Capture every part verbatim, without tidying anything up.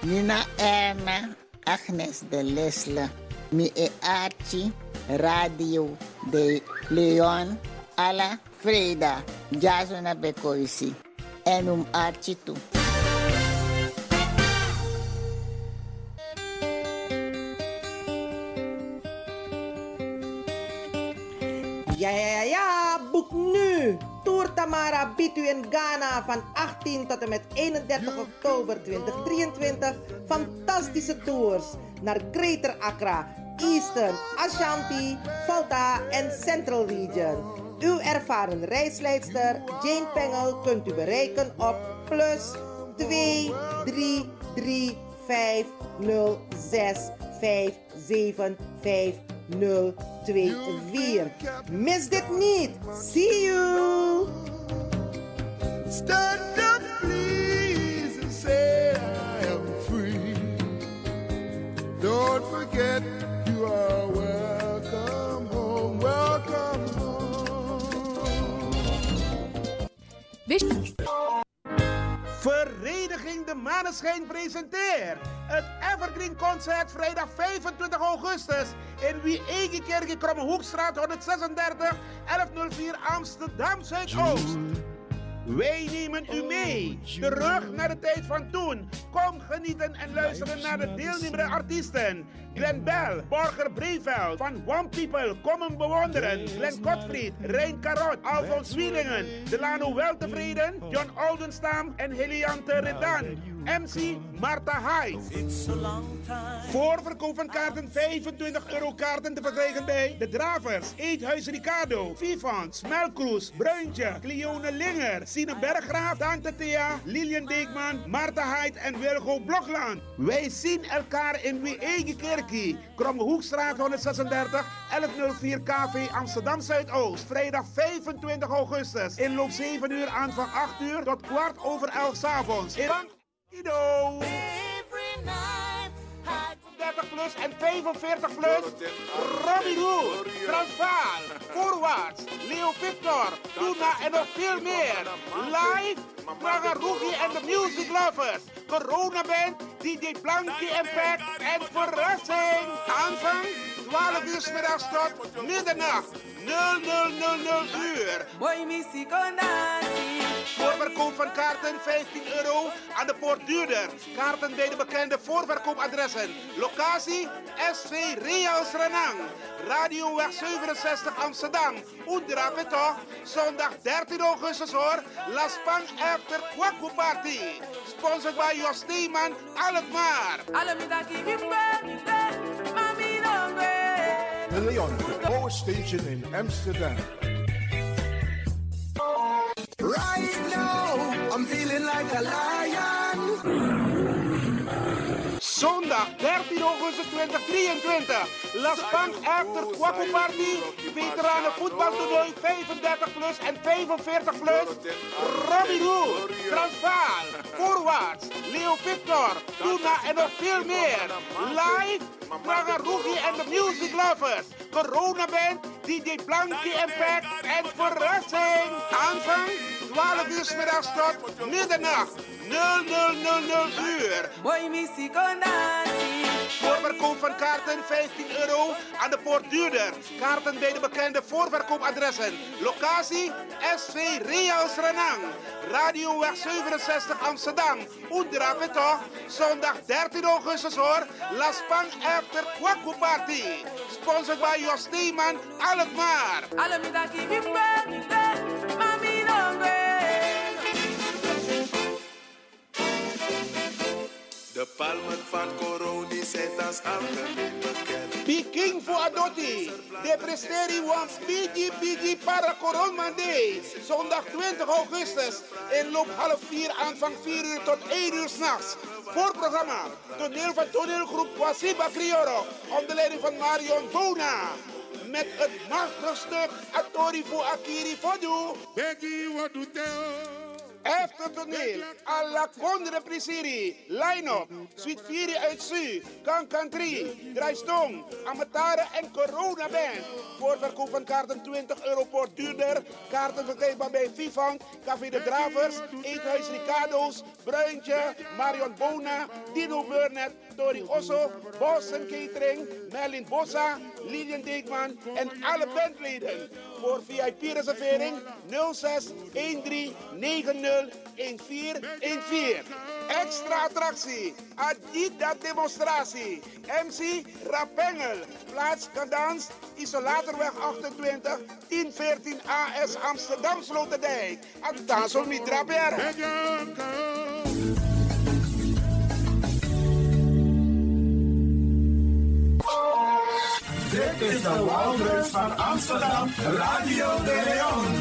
Nina Erna, Agnes de Lesle, mi e Archie, Radio de Leon, Ala Freda, Jazona Bekoisi, en um Archie toe. Ja, ja, ja, ja, boek nu! Tour Tamara biedt u in Ghana van achttien tot en met eenendertig oktober tweeduizend drieëntwintig fantastische tours naar Greater Accra, Eastern, Ashanti, Volta en Central Region. Uw ervaren reisleidster Jane Pengel kunt u bereiken op plus twee drie drie vijf nul zes vijf zeven vijf nul twee vier. Mis dit niet. See you. Stand up, please, and say I am free. Don't forget you are welcome home, welcome home. Vereniging De Maneschijn presenteert het Evergreen Concert vrijdag vijfentwintig augustus in Wie-Egekerk in Krommehoekstraat honderdzesendertig, elfhonderdvier Amsterdam Zuidoost. Wij nemen u mee, terug naar de tijd van toen. Kom genieten en luisteren naar de deelnemende artiesten. Glenn Bell, Borger Breveld, van One People, kom hem bewonderen. Glenn Gottfried, Rein Karot, Alfons Wielingen, Delano Weltevreden, John Oldenstam en Heliante Redan. M C Martha Hyde. Voorverkoop van kaarten vijfentwintig euro kaarten te verkrijgen bij De Dravers, Eethuis Ricardo, Vivant, Smelkroes, Bruintje, Cleone Linger, Sine Berggraaf, Tante Thea, Lilian Deekman, Martha Hyde en Wilgo Blokland. Wij zien elkaar in Wie-Egekerkie, Krommehoekstraat honderdzesendertig, elfhonderdvier K V Amsterdam Zuidoost. Vrijdag vijfentwintig augustus. Inloop zeven uur aan van acht uur tot kwart over elf 's avonds. In Ido. dertig plus en vijfenveertig plus. Robbie Hood, Transvaal, Voorwaarts, Leo Victor, Tuna en nog veel meer. Live, Praga Rookie en de Music Lovers. Corona Band, D J Blankie en Pack en verrassing. Aanvang twaalf uur 's middags tot middernacht. nul nul nul nul uur. Voorverkoop van kaarten vijftien euro, aan de poort duurder. Kaarten bij de bekende voorverkoopadressen. Locatie S V Reals Renang. Radioweg zevenenzestig Amsterdam. Oedrape toch? Zondag dertien augustus hoor. La Spang After Kwaku Party. Sponsored by Jos Steeman, Alkmaar. De Leon, the power station in Amsterdam. Right now, I'm feeling like a lion. Zondag dertien augustus tweeduizend drieëntwintig. La Spang After Kwaku Party. Veteranen voetbaltoernooi vijfendertig plus en vijfenveertig plus. Robbie Hood, Transvaal, Voorwaarts, Leo Victor, Tuna en nog veel meer. Live, Praga Rookie en de Music Lovers. Corona Band, D J Blankie en Pack en verrassing. Aanvang twaalf uur 's middags tot middernacht. nul nul nul nul uur. Voorverkoop van kaarten vijftien euro, aan de poort duurder. Kaarten bij de bekende voorverkoopadressen. Locatie S V Reals Renang. Radioweg zevenenzestig Amsterdam. Oedrape toch? Zondag dertien augustus hoor. La Spang After Kwaku Party. Sponsored by Jos Steeman, Alkmaar. De palmen van Coroni zijn als algemeen bekend. Peking voor Adotti. De presteri van Bigi Bigi para Coronmande. Zondag twintig augustus. Inloop half vier, aanvang vier uur tot één uur 's nachts. Voorprogramma. Toneel van toneelgroep Wasiba Crioro. Onder leiding van Marion Bona. Met het machtige stuk Atori voor Akiri Fodu. Becky, wat doet hij? Eftertoneel, à la Condre Prisiri, line-up, Suite vier uit Su, Kankan drie, Draaistong, Amatare en Corona Band. Voorverkoop van kaarten twintig euro per duurder. Kaarten verkrijgbaar bij Vivant, Café de Dravers, Eethuis Ricardo's, Bruintje, Marion Bona, Dino Burnett, Tori Osso, Boston Catering, Merlin Bossa, Lilian Deekman en alle bandleden. Voor V I P-reservering nul zes een drie negen nul een vier een vier. Extra attractie, Adida demonstratie, M C Rapengel, plaats Kadans, Isolatorweg achtentwintig, tien veertien A S Amsterdam Sloterdijk. Addansel Mitra Ber. Dit is de Wouders van Amsterdam, Radio de Leon.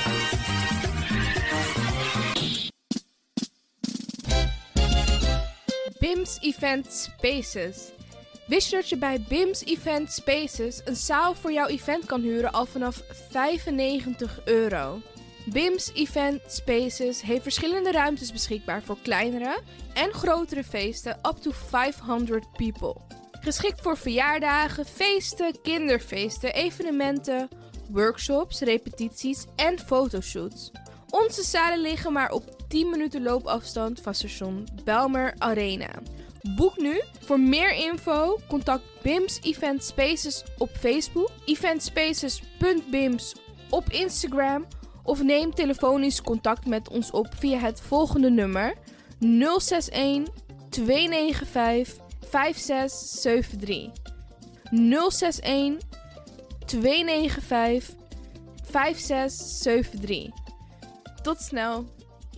B I M S Event Spaces. Wist je dat je bij B I M S Event Spaces een zaal voor jouw event kan huren al vanaf vijfennegentig euro? B I M S Event Spaces heeft verschillende ruimtes beschikbaar voor kleinere en grotere feesten up to vijfhonderd people. Geschikt voor verjaardagen, feesten, kinderfeesten, evenementen, workshops, repetities en fotoshoots. Onze zalen liggen maar op tien minuten loopafstand van station Belmer Arena. Boek nu. Voor meer info contact B I M S Event Spaces op Facebook, eventspaces punt bims op Instagram of neem telefonisch contact met ons op via het volgende nummer nul zes een twee negen vijf vijf zes zeven drie. nul zes een twee negen vijf vijf zes zeven drie. Tot snel.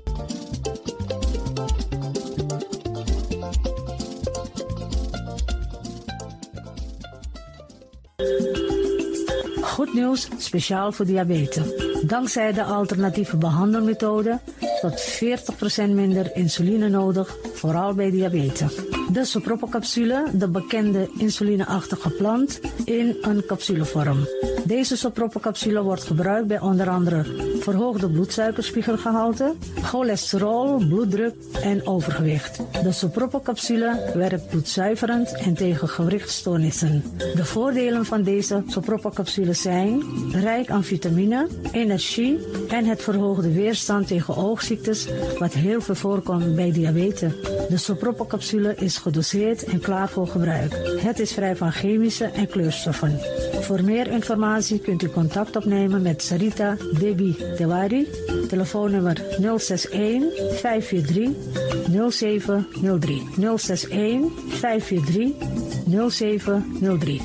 Goed nieuws, speciaal voor diabetes. Dankzij de alternatieve behandelmethode tot veertig procent minder insuline nodig, vooral bij diabetes. De Sopropocapsule, de bekende insulineachtige plant, in een capsulevorm. Deze Sopropocapsule wordt gebruikt bij onder andere verhoogde bloedsuikerspiegelgehalte, cholesterol, bloeddruk en overgewicht. De Sopropocapsule werkt bloedzuiverend en tegen gewrichtstoornissen. De voordelen van deze Sopropocapsule zijn rijk aan vitamine, energie en het verhoogde weerstand tegen oogziektes, wat heel veel voorkomt bij diabetes. De Sopropocapsule is gedoseerd en klaar voor gebruik. Het is vrij van chemische en kleurstoffen. Voor meer informatie kunt u contact opnemen met Sarita Debi Dewari. Telefoonnummer nul zes een vijf vier drie nul zeven nul drie. nul zes een vijf vier drie nul zeven nul drie.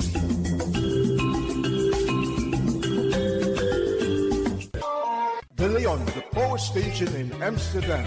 De Leon, the power station in Amsterdam.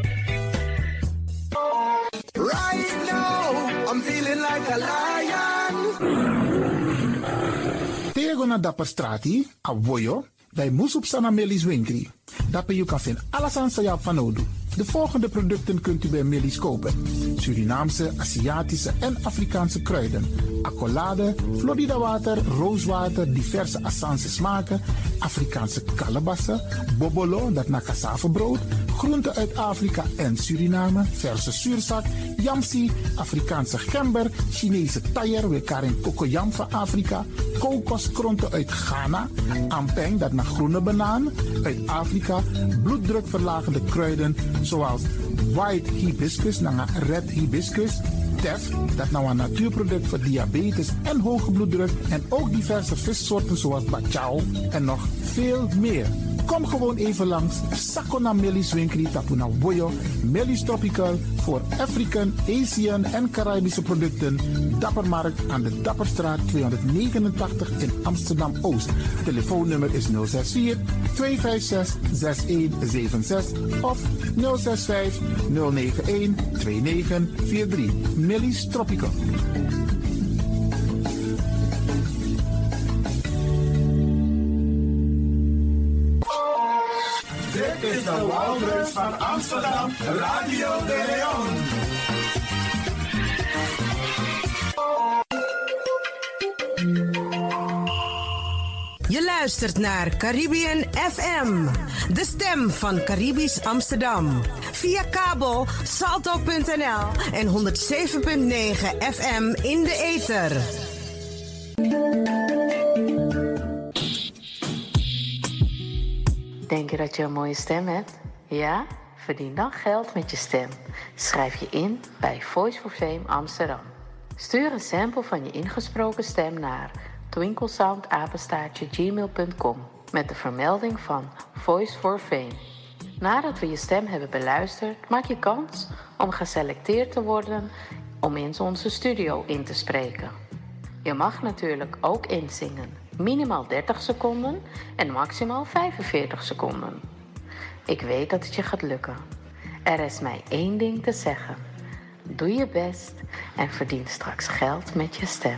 Right now, I'm feeling like a lion. Tego na dapper strati, a voyo, dai musup sana Melis winkri. Dapper you kan vinden alles aan sa van nodu. De volgende producten kunt u bij Melis kopen: Surinaamse, Aziatische en Afrikaanse kruiden, accolade, Florida water, rooswater, diverse Assange smaken, Afrikaanse kalebassen, bobolo, dat na cassavebrood, groenten uit Afrika en Suriname, verse zuurzak, yamsi, Afrikaanse gember, Chinese taier, we karen kokoyam van Afrika, kokoskronten uit Ghana, ampeng, dat na groene banaan, uit Afrika, bloeddrukverlagende kruiden zoals white hibiscus, na red hibiscus, tef, dat nou een natuurproduct voor diabetes en hoge bloeddruk, en ook diverse vissoorten zoals bachao en nog veel meer. Kom gewoon even langs Sakona Melis Winkri Tapuna Boyo, Melis Tropical voor African, Asian en Caribische producten. Dappermarkt aan de Dapperstraat tweehonderdnegenentachtig in Amsterdam Oost. Telefoonnummer is nul zes vier twee vijf zes zes een zeven zes of nul zes vijf nul negen een twee negen vier drie. Melis Tropical. Dit is de Wouders van Amsterdam, Radio de Leon. Je luistert naar Caribbean F M, de stem van Caribisch Amsterdam. Via kabel salto punt n l en honderd zeven komma negen F M in de ether. Denk je dat je een mooie stem hebt? Ja? Verdien dan geld met je stem. Schrijf je in bij Voice for Fame Amsterdam. Stuur een sample van je ingesproken stem naar twinklesoundapenstaartje gmail punt com met de vermelding van Voice for Fame. Nadat we je stem hebben beluisterd, maak je kans om geselecteerd te worden om in onze studio in te spreken. Je mag natuurlijk ook inzingen, minimaal dertig seconden en maximaal vijfenveertig seconden. Ik weet dat het je gaat lukken. Er is mij één ding te zeggen. Doe je best en verdien straks geld met je stem.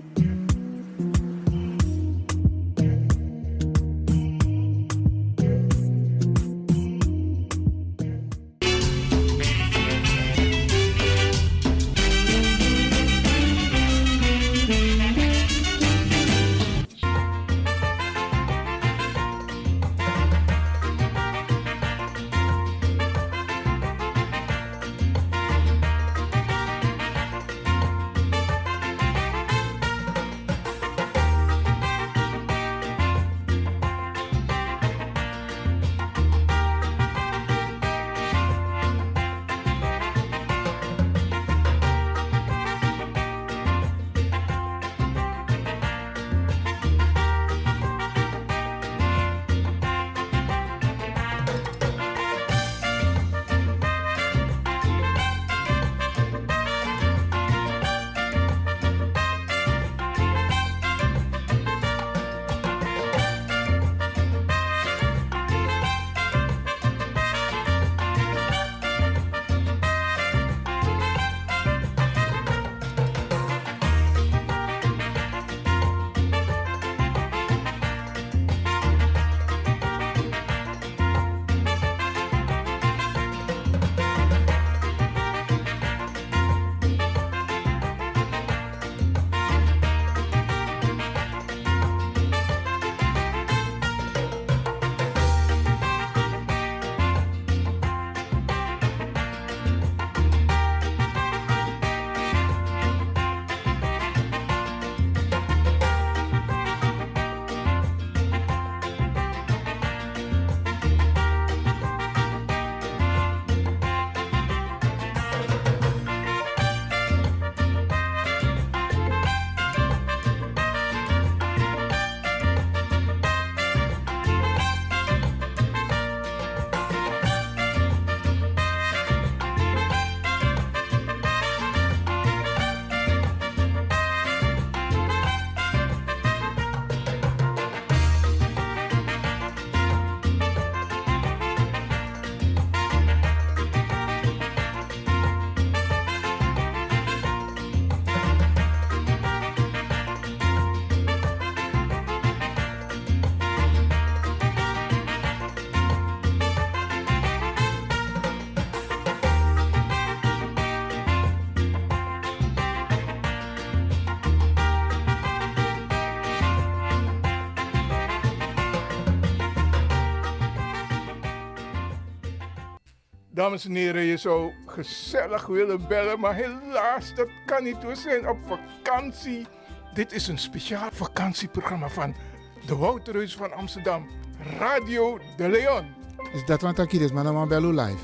Dames en heren, je zou gezellig willen bellen, maar helaas, dat kan niet. We zijn op vakantie. Dit is een speciaal vakantieprogramma van de Wouterhuis van Amsterdam, Radio de Leon. Is dat wat ik is, maar dan bellen live.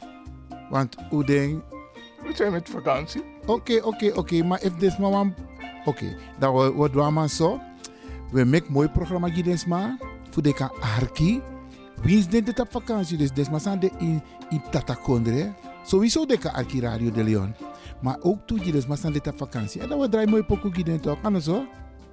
Want hoe denk... We zijn met vakantie. Oké, okay, oké, okay, oké, okay. Maar if dit maar... Oké, okay. Dan wordt we maar zo. We maken een mooi programma hier maar. Voor de kan arki. Wie is dit op vakantie? Dus dit maar zijn de in in Tatakondre. Sowieso de kan arki Radio de Leon. Maar ook toe je dus maar zijn dit op vakantie. En dan we draaien mooi pokoe hier toch? Kan zo?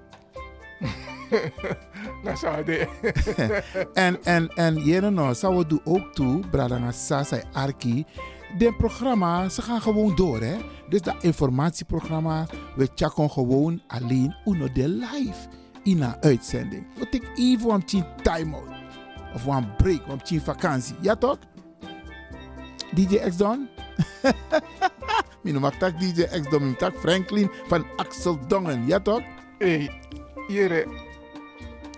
Dat zou de. En en en hier nou, zou we doen ook toe, Bradanga Sasa Arki. De programma, ze gaan gewoon door, hè. Dus dat informatieprogramma, we checken gewoon alleen uno de live in een uitzending. We take even een time-out. Of een break, een vakantie. Ja toch? D J X-Don? Ik noem tak D J X-Don, ik tak Franklin van Axel Dongen. Ja toch? Hé, hey, hier.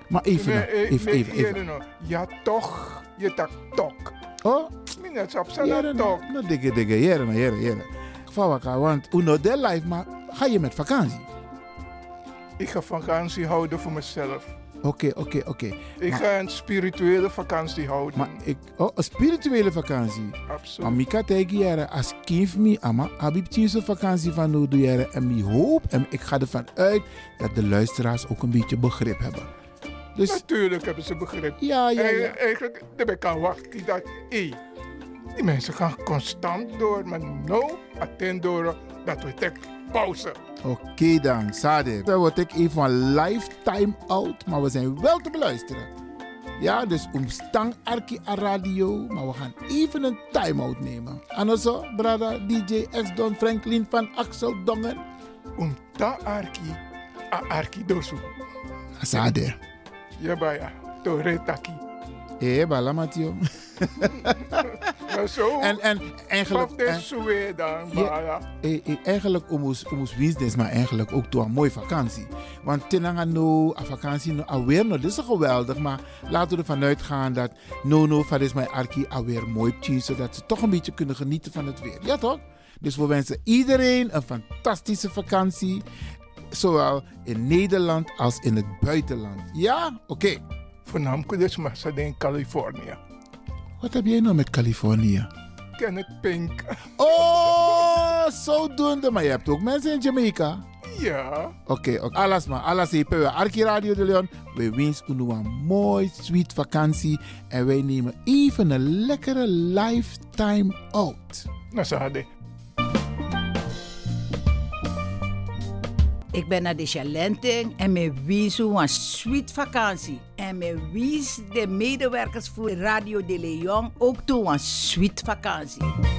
Maar even, Nee, nou, eh, even, nee, even, even. hier, no. Ja, toch. Je tak tok. Oh, Minnet op Jere, zijn tok. nou, dikke, dikke, jere, nou, jere, jere. Fawaka, want uno de life, maar ga je met vakantie? Ik ga vakantie houden voor mezelf. Oké, oké, oké. Ik Maar- ga een spirituele vakantie houden. Maar ik, oh, een spirituele vakantie. Absoluut. Maar Mika tegen jaren, als kind me, ama, abib tien vakantie van nu doe jaren. En ik hoop, en ik ga ervan uit, dat de luisteraars ook een beetje begrip hebben. Dus, Natuurlijk hebben ze begrip. ja, ja, ja. En, eigenlijk, daar ben ik aan wachten. Dat, hey, die mensen gaan constant door. Maar nou, attend door dat we tek pauze. Oké dan, Sade. Dan word ik even van lifetime out, maar we zijn wel te beluisteren. Ja, dus omstang Arki a radio, maar we gaan even een time-out nemen. En zo, brada, D J X-Don Franklin van Axel Dongen. Omstang Arki a Arki dosu. Sade. Ja, baya. Tore taki. Eh, bala Mathieu. Maar zo. En, en eigenlijk... Of de en- soe dan, Ja. baya. Eh, eh, eigenlijk omus omus business, maar eigenlijk ook door een mooie vakantie. Want tenanga no, a vakantie no alweer no, dit is geweldig, maar laten we ervan uitgaan dat no no van is mijn arki alweer mooi tien, zodat ze toch een beetje kunnen genieten van het weer. Ja toch? Dus we wensen iedereen een fantastische vakantie, zowel in Nederland als in het buitenland. Ja? Oké. Okay. Voornamelijk dus maar ze in Californië. Wat heb jij nou met Californië? Kenneth Pink. Oh, zodoende. Maar je hebt ook mensen in Jamaica. Ja. Oké, okay, okay. Alles maar. Alles even. We Arki Radio de Leon. We wensen u een mooi, sweet vakantie. En wij nemen even een lekkere lifetime out. Nou, Sade. Ik ben naar de Chalenting en me wies een sweet vakantie. En me wies de medewerkers voor Radio de Leon ook toe een sweet vakantie.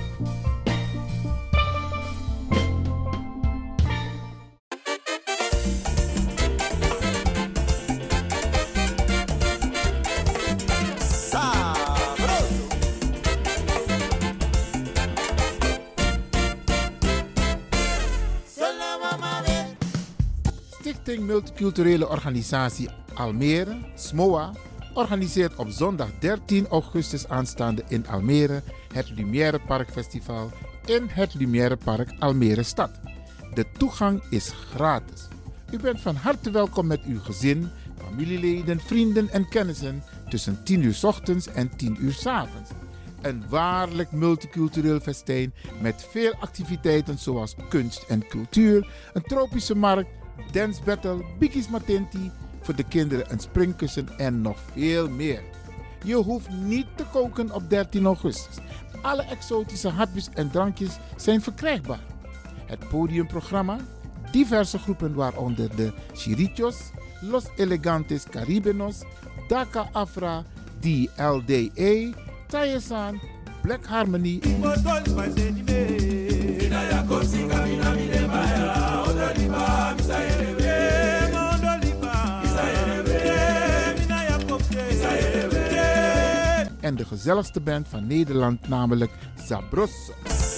Stichting Multiculturele Organisatie Almere, S M O A, organiseert op zondag dertien augustus aanstaande in Almere het Lumière Park Festival in het Lumière Park Almere Stad. De toegang is gratis. U bent van harte welkom met uw gezin, familieleden, vrienden en kennissen tussen tien uur 's ochtends en tien uur 's avonds. Een waarlijk multicultureel festijn met veel activiteiten zoals kunst en cultuur, een tropische markt, dance battle, bikis matenti, voor de kinderen een springkussen en nog veel meer. Je hoeft niet te koken op dertien augustus. Alle exotische hapjes en drankjes zijn verkrijgbaar. Het podiumprogramma, diverse groepen waaronder de Chirichos, Los Elegantes Caribenos, Daka Afra, D L D A, Tayesan, Black Harmony, en de gezelligste band van Nederland, namelijk Zabros.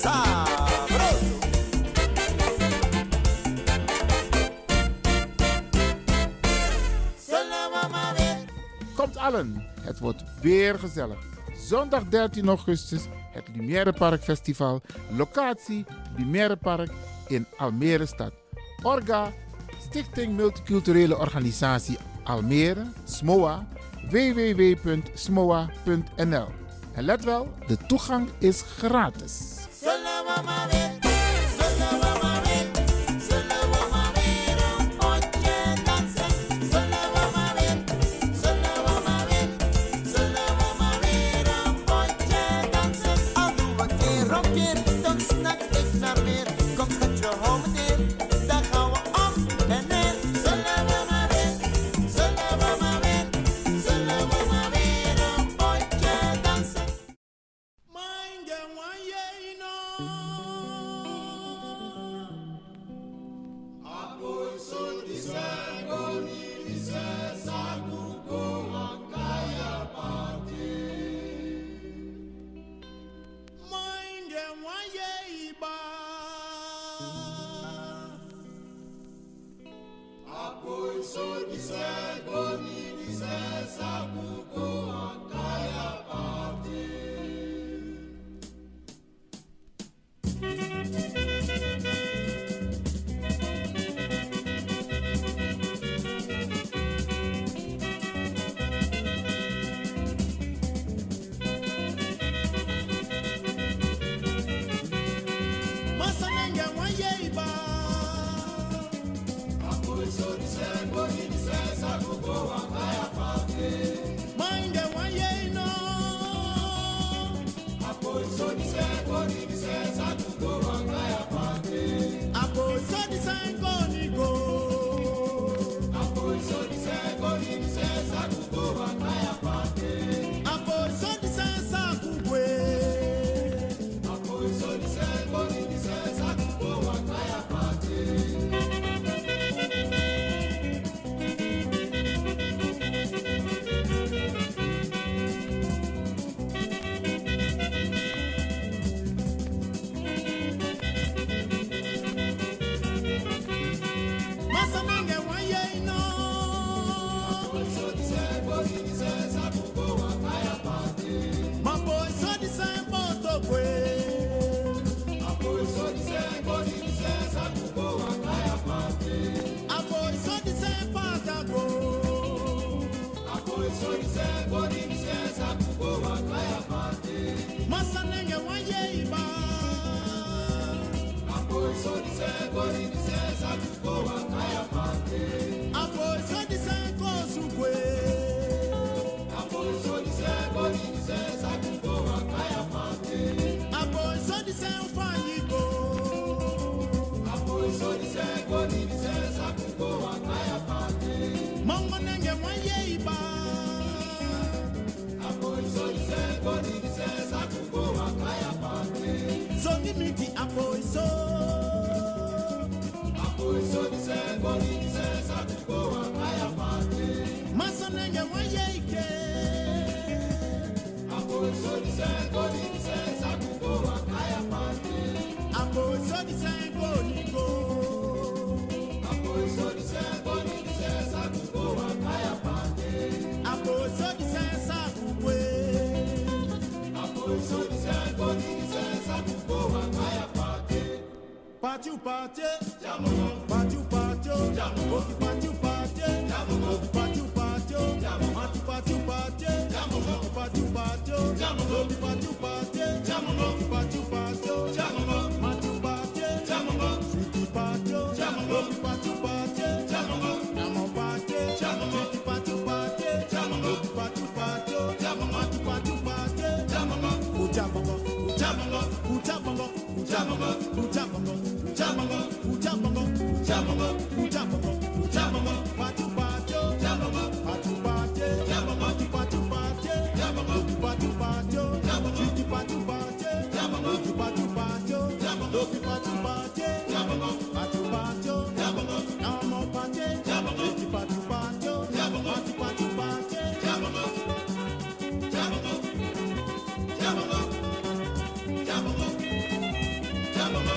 Komt allen, het wordt weer gezellig. Zondag dertien augustus, het Lumière Park Festival. Locatie Lumière Park in Almere Stad. Orga, Stichting Multiculturele Organisatie Almere, S M O A, w w w punt smoa punt n l. En let wel, de toegang is gratis. Masanenge wanyeba. Apoy so di se boni di se sa kuko wakaya pate. Mange wanye no. Apoy so di se boni di se sa kuko wakaya pate. Apoy so di se boni go. Apoy so di se boni di se sa kuko wakaya pate. Apoy so di se sa kuwe. Apoy so di se boni di se sa kuko wakaya pate. Masanenge wanye no. Apoy so di se boni di se sa kuko wakaya pate. Mapoy so di se poto kwe. Apoy so di se boni di se sa kuko wakaya pate. Apoy so di se patago. Apoy so di se boni di se sa kuko wakaya pate. Masanenge wanye iba. Apoy so di se boni di se sa kuko wakaya pate. Apoy so di se kosukwe. Apoy so di se boni di se sa kuko wakaya pate. Apoy so di se ufanyigo. Apoy so di se boni di se sa kuko wakaya pate. Mongonenge wanye iba. Apoy so di se boni di se sa kuko wakaya pate. So give me the apoy so. Apoy so di se boni di se sa kuko wakaya pate. Masonenge wanye ike. Apoy so di se boni di se sa kuko wakaya pate. Apoy so di se boni go. Apoy so di se boni di se sa kuko wakaya pate. Apoy so di se sa kuwe. Apoy so di se boni di se sa kuko wakaya pate. Pati upate, jamu. Pati upate, jamu. Oki pati upate, jamu. Oki pati upate, jamu. Mati pati upate, jamu. Oki pati upate, jamu. Oki pati upate, jamu. Oki pati upate, jamu. Mati upate, jamu. Sweetie pate, jamu. Oki pati upate, jamu. Namo pate, jamu. Sweetie pati upate, jamu. Oki pati upate, jamu. Mati pati upate, jamu. Ujabongo, ujabongo, ujabongo, ujabongo, ujabongo. Ujabongo, ujabongo, ujabongo, ujabongo, ujabongo, patu patu, ujabongo, patu patu, ujabongo, patu patu, ujabongo, patu patu, ujabongo, patu patu, ujabongo, patu patu, ujabongo, patu patu, ujabongo, patu patu, ujabongo, namo patu, ujabongo, patu patu, ujabongo, patu patu, ujabongo, ujabongo, ujabongo, ujabongo, ujabongo.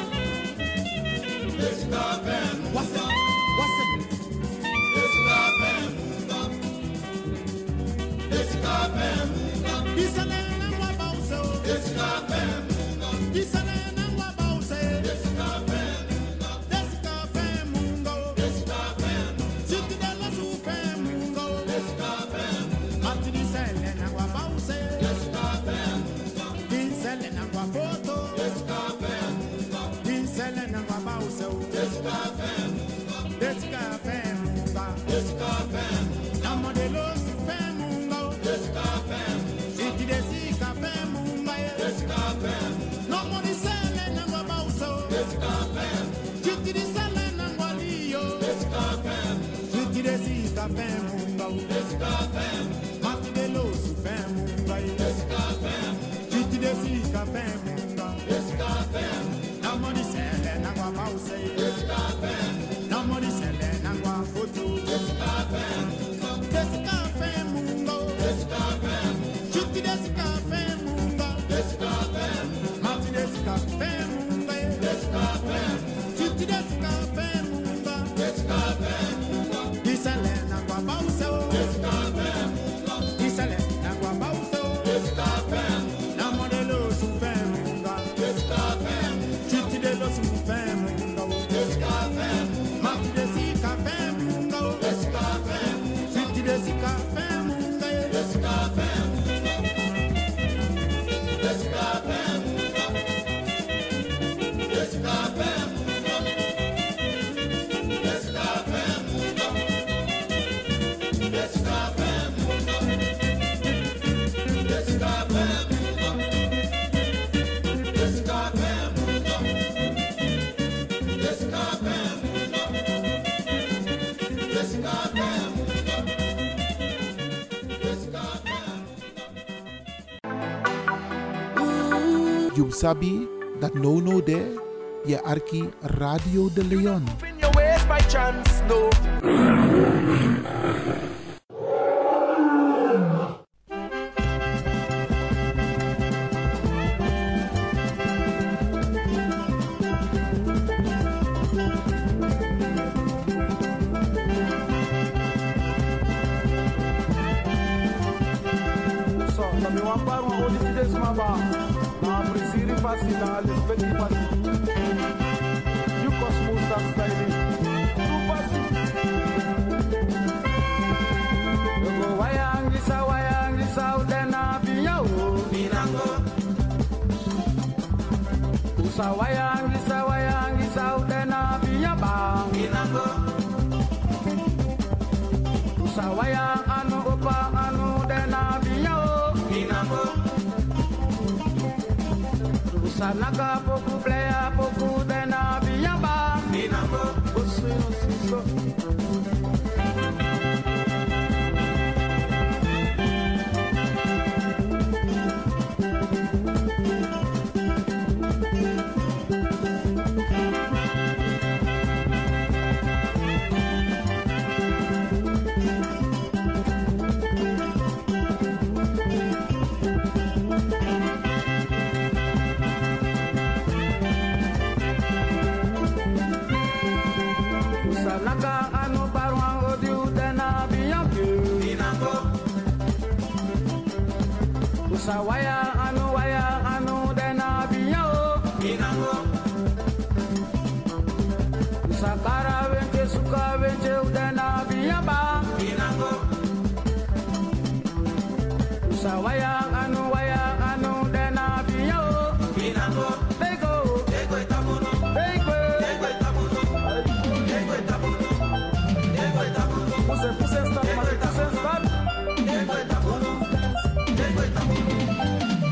What's it? What's it? You sabi that no no there, je arki Radio de Leon. Your ways by chance, no. Sawayangi, sawayangi, saudena biyabang inango. Sawayang anu opa anu dena biyao inango. Sanaka poku playa poku dena biyabang inango. Usu usu. Naka anu barwang odiu dena biyangku inango. Usawaya anu waya anu dena biyao inango. Usakara wenke suka wenke dena biyaba inango. Usawaya anu waya anu dena biyao inango. Dego dego itabuno dego dego itabuno. Puse, puse stop, puse stop.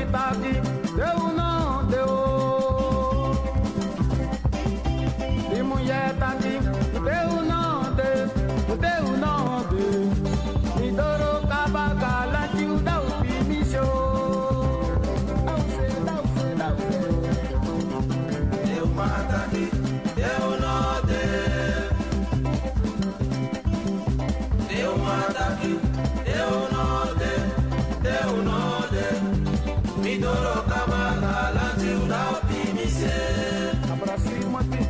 taki, deu não deu. E mulher taki, deu não deu, deu não deu. E doro cabaca lá de o da o pimicho. Deu mata aqui, deu não deu. Deu mata aqui, deu não deu, deu não deu. Me doro cabaca lá de o da o pimicho. Abraço, Mati.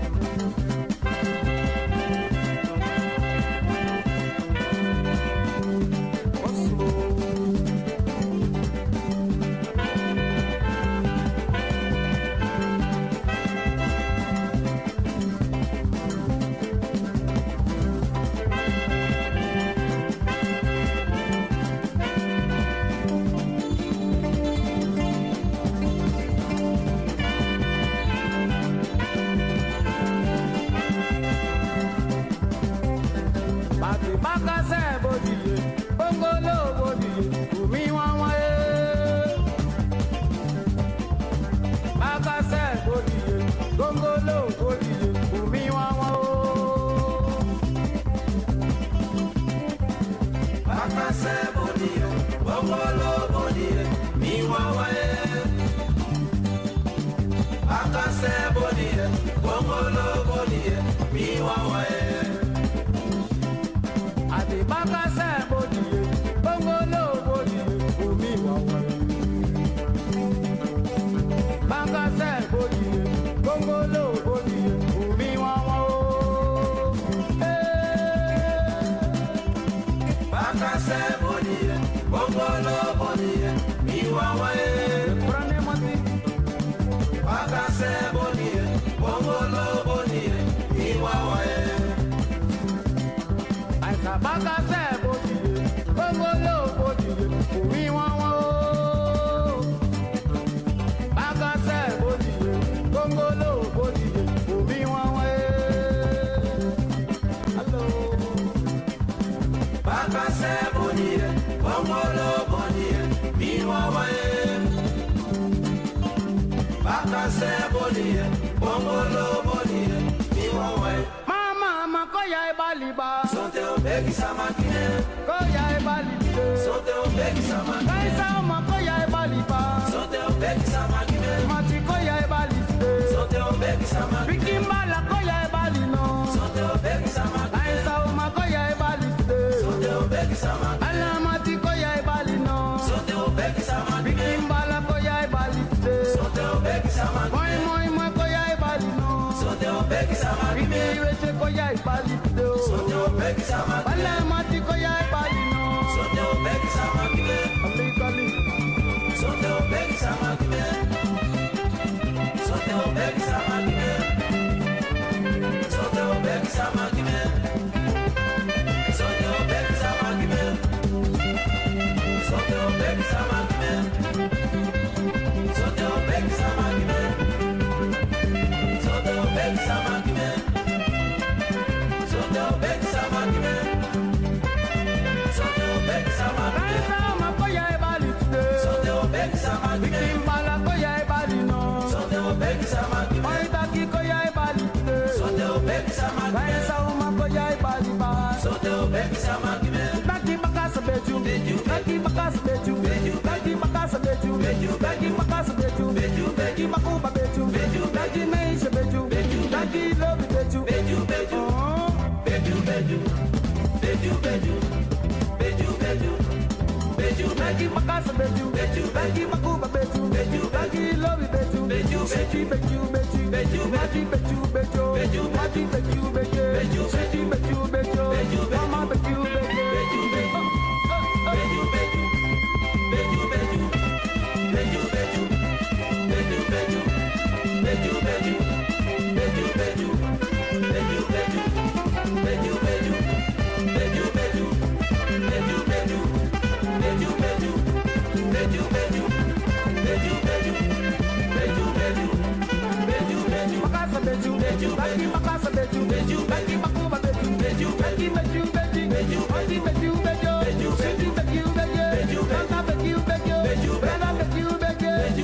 Beju,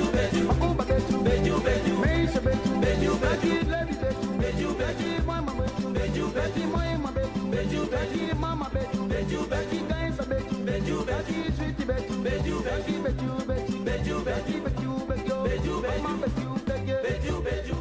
beju, beju, beju, beju.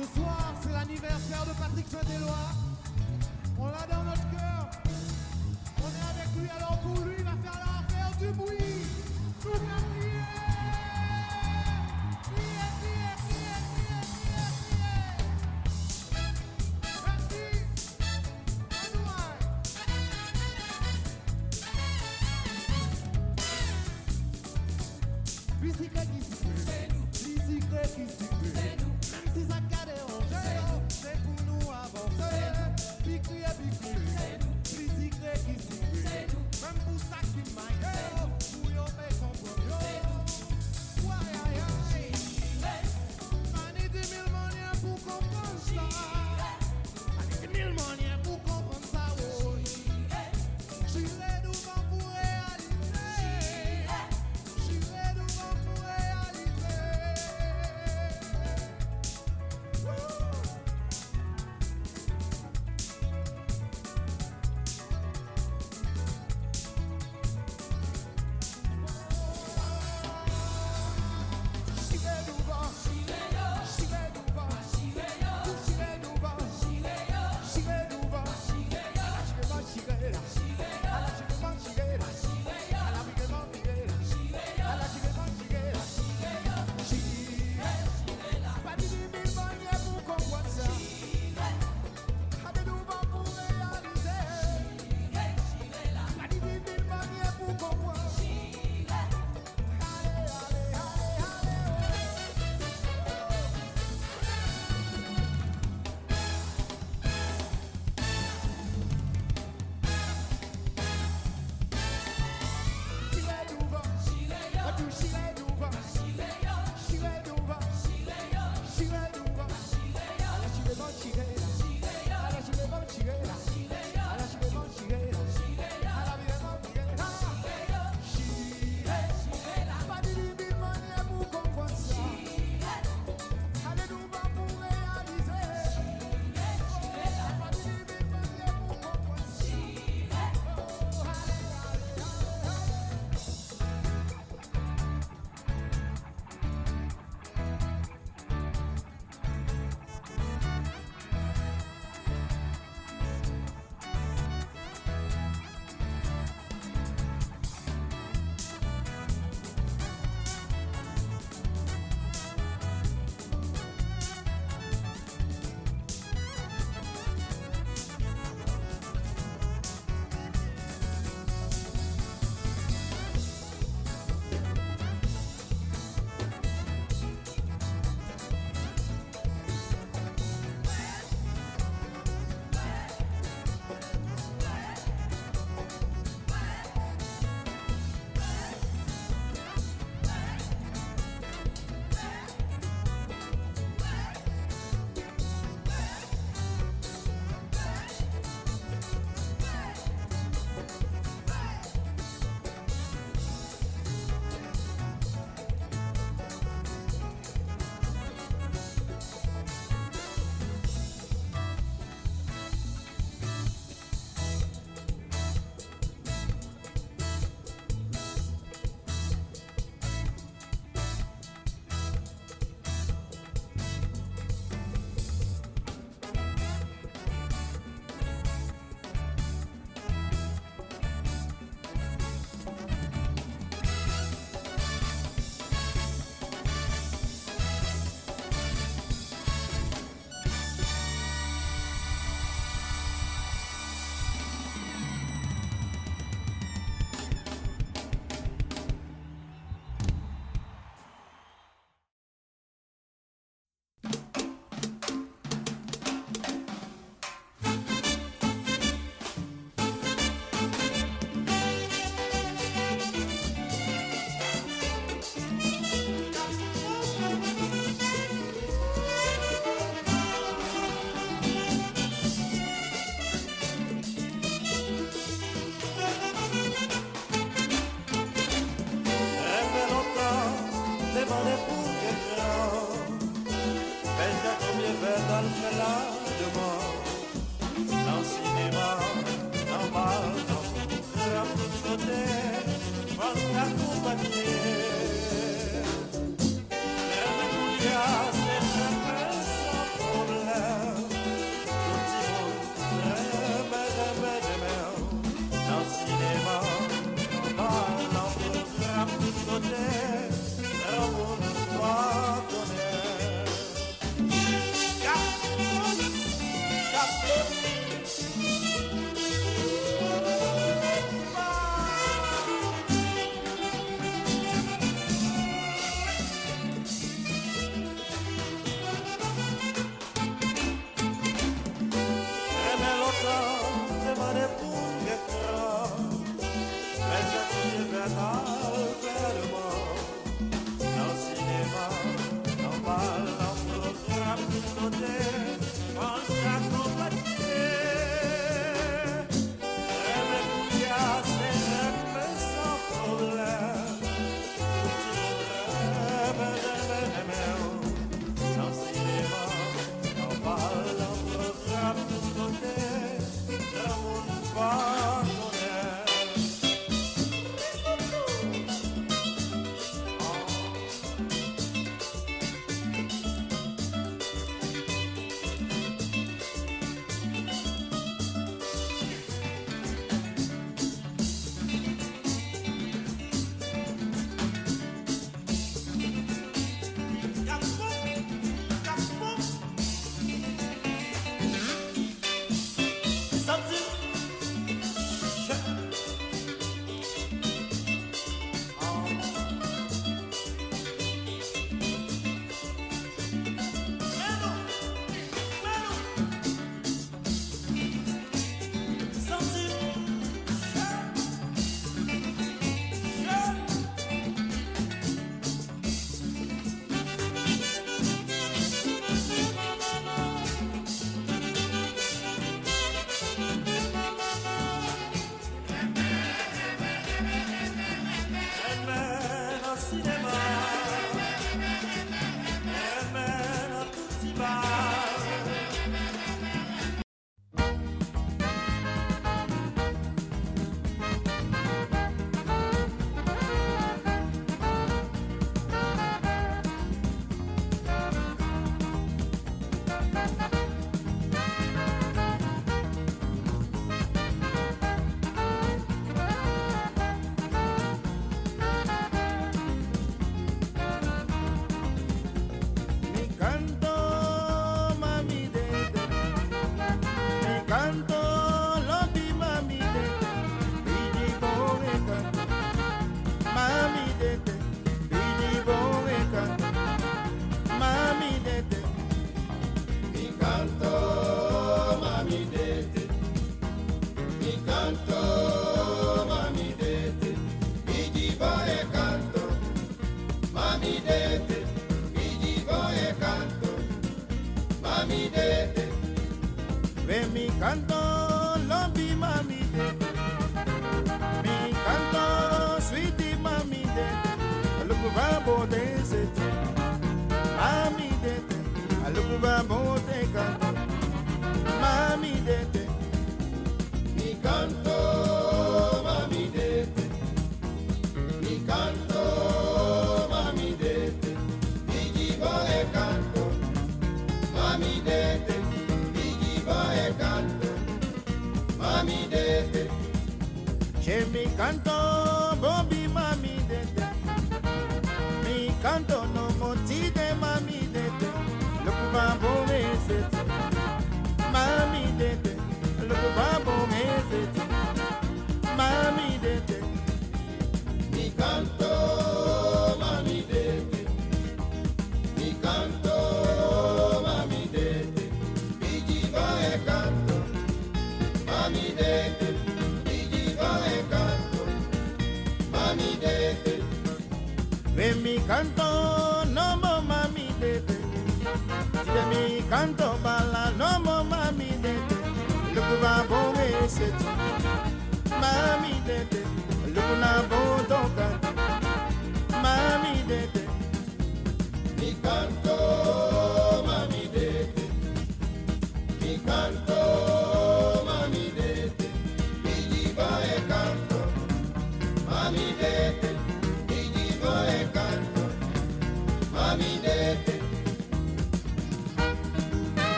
Ce soir, c'est l'anniversaire de Patrick Saint-Éloi. On l'a dans notre cœur. On est avec lui, alors pour lui, il va faire la faire du bruit. Tout le monde crier. Crier, crier, crier, crier, crier, crier. Merci. Anouai. Bicyclette qui cycle. Bicyclette qui cycle. Même si ça cadre en jeu, c'est pour nous avancer. Bicouille, bicouille. Bicyclette qui cycle. Même pour ça qui m'aille, pour y aller comprendre. Aïe, aïe, aïe. Mani dix mille manières pour comprendre ça. Mani dix mille manières pour comprendre ça, oui. J'irai devant pour réaliser. J'irai devant pour réaliser. Accompagner.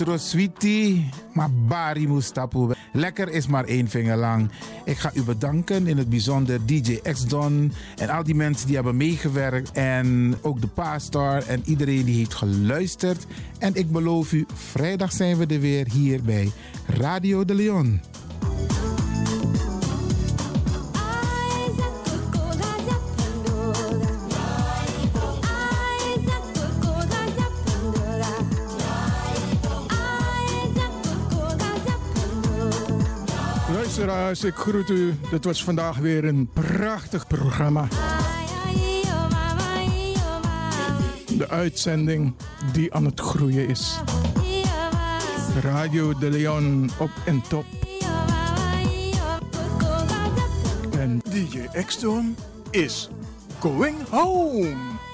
Roswiti, maar Bari Mustapu. Lekker is maar één vinger lang. Ik ga u bedanken, in het bijzonder D J X-Don en al die mensen die hebben meegewerkt. En ook de pastor en iedereen die heeft geluisterd. En ik beloof u, vrijdag zijn we er weer hier bij Radio de Leon. Luisteraars, ik groet u. Dit was vandaag weer een prachtig programma. De uitzending die aan het groeien is. Radio de Leon op en top. En D J X-Don is going home.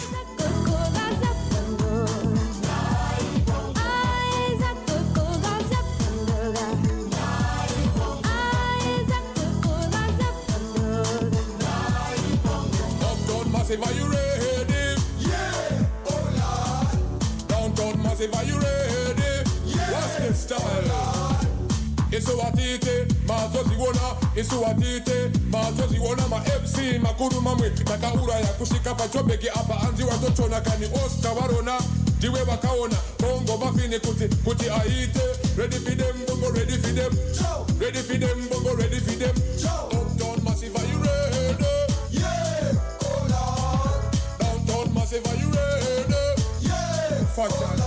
Massive, are you ready? Yeah, oh Lord. Downtown Massive, are you ready? Yeah, what's the style? Oh Isuatite, mazoziona, isuatite, mazoziona, ma F C, makuru mamwe, nakaura ya kushika pachobeki apa anzi watochona kani Oscar warona, diwe wakaona, bongo mafini kuti, kuti aite, ready for them, bongo ready for them, ready for them, bongo ready for them, Uptown Massive, are you ready? Massive, are you ready? Yeah! Fuck that.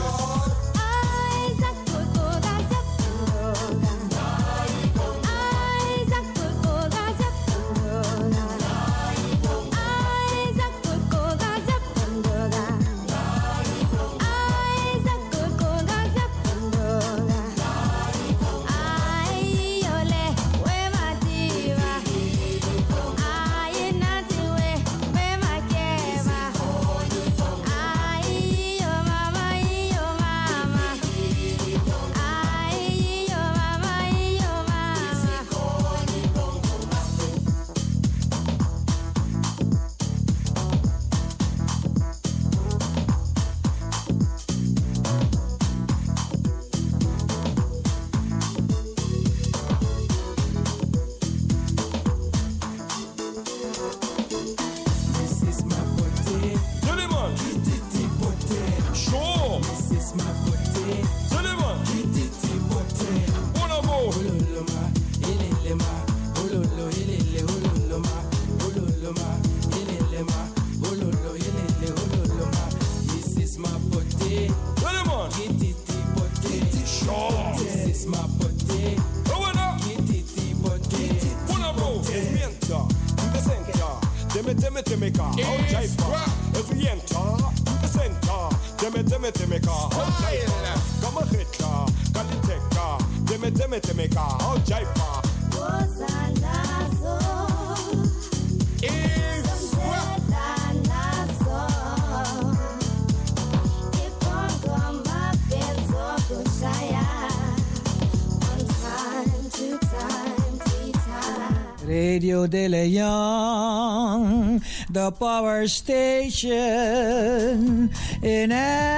Radio de Leon, the power station in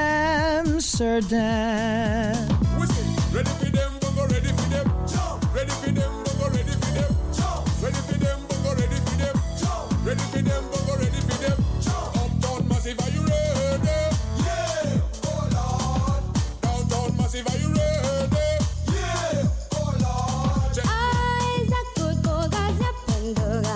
Amsterdam. Ready for them, bongo ready for them. Ready for them, bongo ready for them. Ready for them, bongo ready for them. Ready for them, bongo ready for them. Uptown Massive, are you ready? Yeah, oh Lord. Downtown Massive, are you ready? Yeah, oh Lord. Isaac could go Gaza Pandora.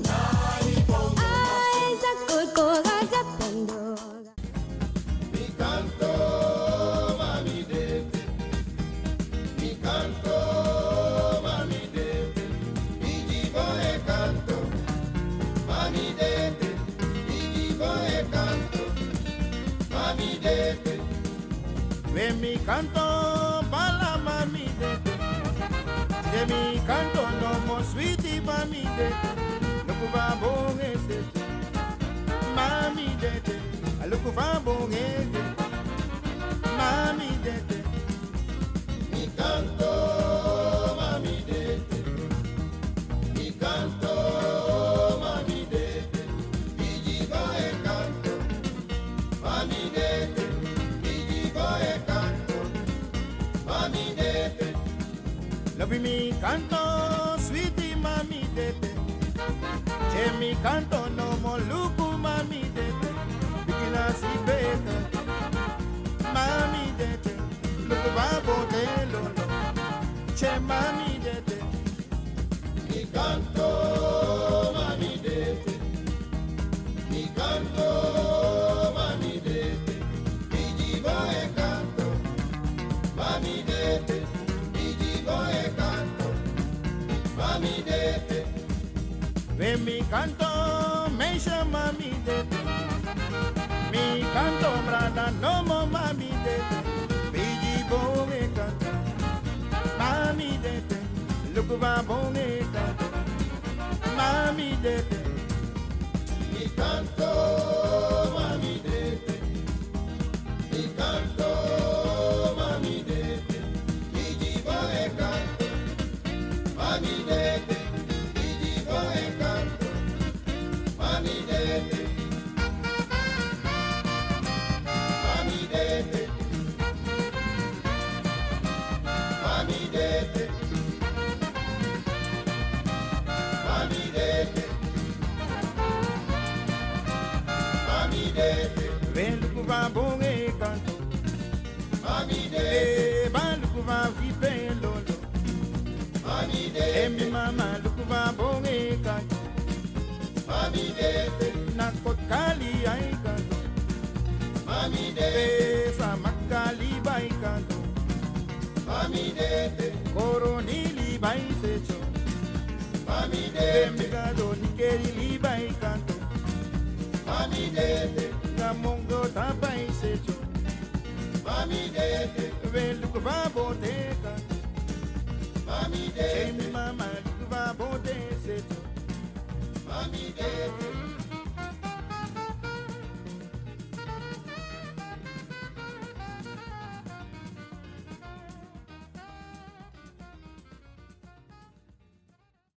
Isaac could go Gaza Pandora. Mi canto, mami dete. Mi canto, mami dete. Mi divo e canto, mami dete. Mi divo e canto, mami dete. When mi canto, bala mami dete. De mi canto no mo sweetie mami dete. No kuva bonge sete. Mami dete. Alo kuva bonge dete. Mami dete. Mi canto, mami dete. Mi canto, mami dete. Mi divo e canto, mami dete. Mi divo e canto, mami Lobi mi canto, sweetie mami dete. Che mi canto, no mo luku mami dete. Bikina si beta, mami dete. Luku babo de lolo, che mami dete. Mi canto, mami dete. Mi canto, mami dete. Mi divo e canto, mami dete. E canto, mami dete. Ve mi canto, me chama mami dete. Mi canto brada no mo mami dete. Bigi bo e canto, mami dete. Look va bon e canto, mami dete. Mi canto, mami dete. Mi canto, mami dete. Mami dete, mi divo e canto, mami dete, mami dete, mami dete, mami dete, mami dete, vendo que va bom e canto, mami dete, vendo que va viver lolo. Mami dete, mi mama luku va bon e canto. Mami dete, na kotkali ai canto. Mami dete, sa makali bai canto. Mami dete, coronili bai secho. Mami dete, mi gado nikeri li bai canto. Mami dete, na mongo ta bai secho. Mami dete, ve luku va bon e canto. Mami dete.